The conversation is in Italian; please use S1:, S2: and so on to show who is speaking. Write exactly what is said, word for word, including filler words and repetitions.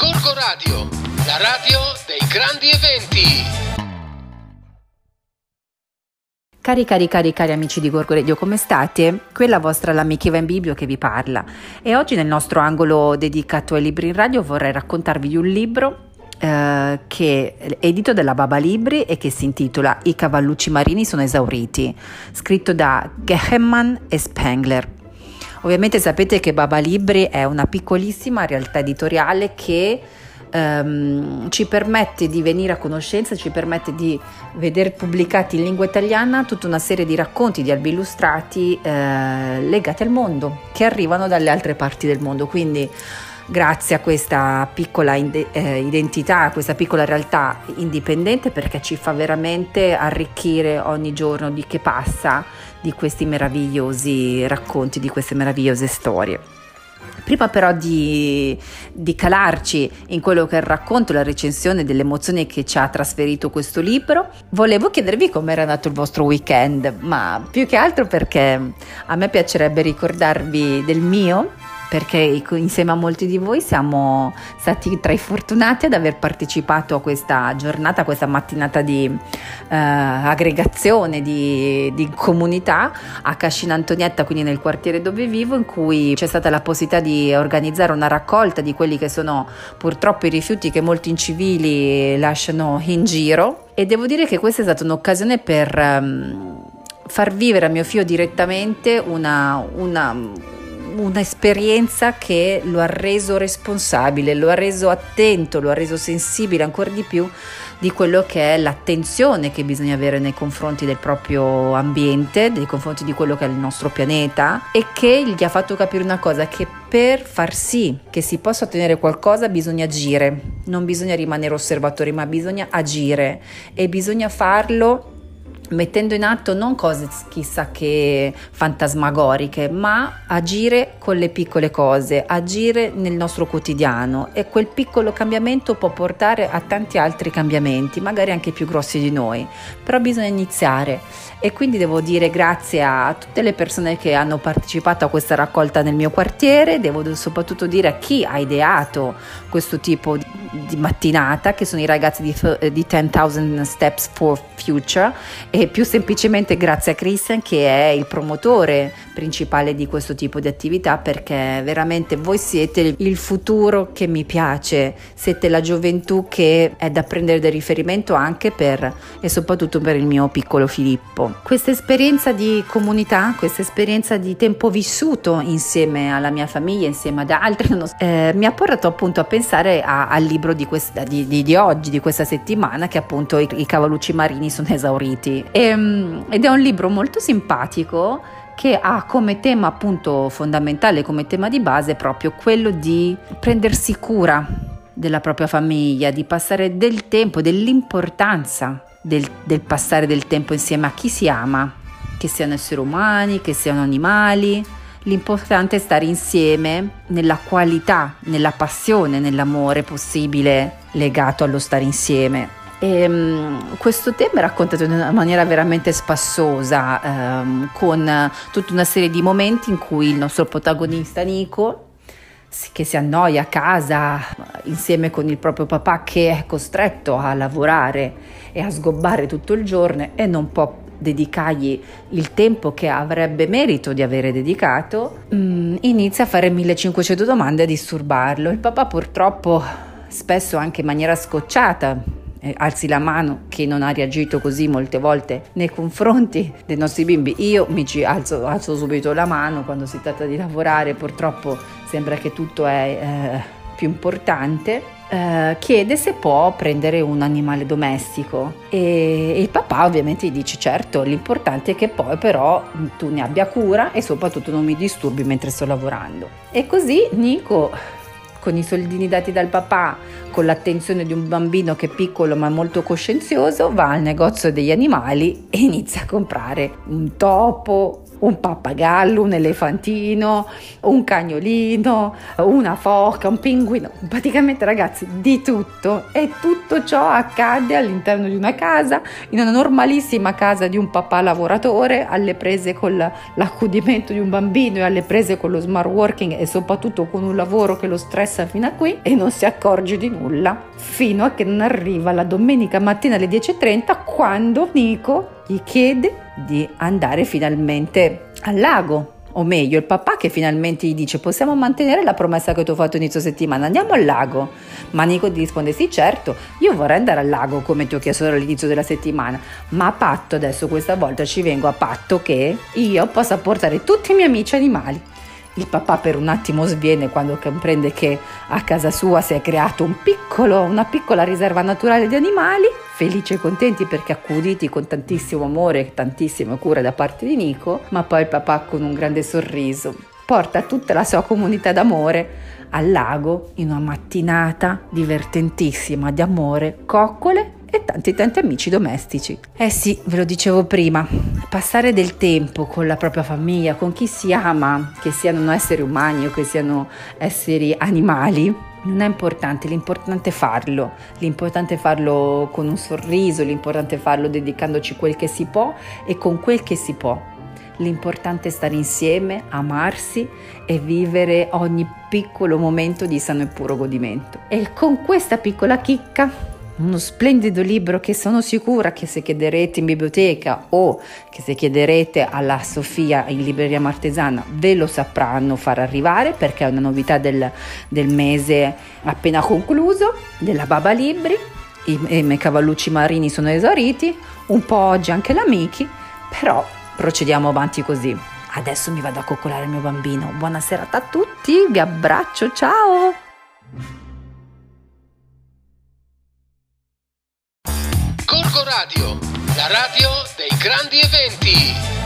S1: Gorgo Radio, la radio dei grandi eventi.
S2: Cari cari cari cari amici di Gorgo Radio, come state? Qui è la vostra l'amicheva in Bibbio che vi parla e oggi nel nostro angolo dedicato ai libri in radio vorrei raccontarvi di un libro eh, che è edito dalla Baba Libri e che si intitola I cavallucci marini sono esauriti, scritto da Gehenman e Spengler. Ovviamente sapete che Baba Libri è una piccolissima realtà editoriale che Um, ci permette di venire a conoscenza, ci permette di vedere pubblicati in lingua italiana tutta una serie di racconti, di albi illustrati eh, legati al mondo, che arrivano dalle altre parti del mondo. Quindi grazie a questa piccola inde- eh, identità, a questa piccola realtà indipendente, perché ci fa veramente arricchire ogni giorno di che passa di questi meravigliosi racconti, di queste meravigliose storie. Prima però di, di calarci in quello che è il racconto, la recensione delle emozioni che ci ha trasferito questo libro, volevo chiedervi come era andato il vostro weekend, ma più che altro perché a me piacerebbe ricordarvi del mio, perché insieme a molti di voi siamo stati tra i fortunati ad aver partecipato a questa giornata, a questa mattinata di eh, aggregazione, di, di comunità a Cascina Antonietta, quindi nel quartiere dove vivo, in cui c'è stata la possibilità di organizzare una raccolta di quelli che sono purtroppo i rifiuti che molti incivili lasciano in giro, e devo dire che questa è stata un'occasione per um, far vivere a mio figlio direttamente una... una un'esperienza che lo ha reso responsabile, lo ha reso attento, lo ha reso sensibile ancora di più di quello che è l'attenzione che bisogna avere nei confronti del proprio ambiente, nei confronti di quello che è il nostro pianeta, e che gli ha fatto capire una cosa: che per far sì che si possa ottenere qualcosa bisogna agire, non bisogna rimanere osservatori, ma bisogna agire, e bisogna farlo mettendo in atto non cose chissà che fantasmagoriche, ma agire con le piccole cose, agire nel nostro quotidiano, e quel piccolo cambiamento può portare a tanti altri cambiamenti, magari anche più grossi di noi, però bisogna iniziare. E quindi devo dire grazie a tutte le persone che hanno partecipato a questa raccolta nel mio quartiere, devo soprattutto dire a chi ha ideato questo tipo di, di mattinata, che sono i ragazzi di, di ten thousand Steps for Future, e più semplicemente grazie a Christian, che è il promotore principale di questo tipo di attività, perché veramente voi siete il futuro che mi piace, siete la gioventù che è da prendere da riferimento anche per e soprattutto per il mio piccolo Filippo. Questa esperienza di comunità, questa esperienza di tempo vissuto insieme alla mia famiglia, insieme ad altri, eh, mi ha portato appunto a pensare a, al libro di, questa, di, di, di oggi, di questa settimana, che appunto i, i cavallucci marini sono esauriti. E, ed è un libro molto simpatico che ha come tema appunto fondamentale, come tema di base, proprio quello di prendersi cura della propria famiglia, di passare del tempo, dell'importanza del, del passare del tempo insieme a chi si ama, che siano esseri umani, che siano animali. L'importante è stare insieme nella qualità, nella passione, nell'amore possibile legato allo stare insieme. E, um, questo tema è raccontato in una maniera veramente spassosa, um, con tutta una serie di momenti in cui il nostro protagonista Nico, che si annoia a casa insieme con il proprio papà, che è costretto a lavorare e a sgobbare tutto il giorno e non può dedicargli il tempo che avrebbe merito di avere dedicato, um, inizia a fare millecinquecento domande a disturbarlo. Il papà, purtroppo, spesso anche in maniera scocciata, Eh, alzi la mano, che non ha reagito così molte volte nei confronti dei nostri bimbi. Io mi ci alzo, alzo subito la mano quando si tratta di lavorare, purtroppo sembra che tutto è eh, più importante. Eh, chiede se può prendere un animale domestico, e, e il papà ovviamente gli dice: certo, l'importante è che poi però tu ne abbia cura e soprattutto non mi disturbi mentre sto lavorando. E così Nico, con i soldini dati dal papà, con l'attenzione di un bambino che è piccolo ma molto coscienzioso, va al negozio degli animali e inizia a comprare un topo, un pappagallo, un elefantino, un cagnolino, una foca, un pinguino, praticamente ragazzi di tutto, e tutto ciò accade all'interno di una casa, in una normalissima casa di un papà lavoratore, alle prese con l'accudimento di un bambino e alle prese con lo smart working e soprattutto con un lavoro che lo stressa fino a qui, e non si accorge di nulla fino a che non arriva la domenica mattina alle dieci e trenta, quando Nico gli chiede di andare finalmente al lago, o meglio il papà che finalmente gli dice: possiamo mantenere la promessa che ti ho fatto inizio settimana, andiamo al lago. Ma Nico gli risponde: sì certo, io vorrei andare al lago come ti ho chiesto all'inizio della settimana, ma a patto, adesso questa volta ci vengo a patto che io possa portare tutti i miei amici animali. Il papà per un attimo sviene quando comprende che a casa sua si è creato un piccolo, una piccola riserva naturale di animali, felici e contenti perché accuditi con tantissimo amore e tantissime cure da parte di Nico. Ma poi il papà, con un grande sorriso, porta tutta la sua comunità d'amore al lago in una mattinata divertentissima di amore, coccole e tanti tanti amici domestici. Eh sì, ve lo dicevo prima, passare del tempo con la propria famiglia, con chi si ama, che siano esseri umani o che siano esseri animali, non è importante, l'importante è farlo, l'importante è farlo con un sorriso, l'importante è farlo dedicandoci quel che si può e con quel che si può. L'importante è stare insieme, amarsi e vivere ogni piccolo momento di sano e puro godimento. E con questa piccola chicca, uno splendido libro che sono sicura che se chiederete in biblioteca o che se chiederete alla Sofia in libreria Martesana ve lo sapranno far arrivare, perché è una novità del, del mese appena concluso, della Baba Libri. I, i miei cavallucci marini sono esauriti, un po' oggi anche l'Amici, però procediamo avanti così. Adesso mi vado a coccolare il mio bambino. Buona serata a tutti, vi abbraccio, ciao!
S1: Gorgo Radio, la radio dei grandi eventi.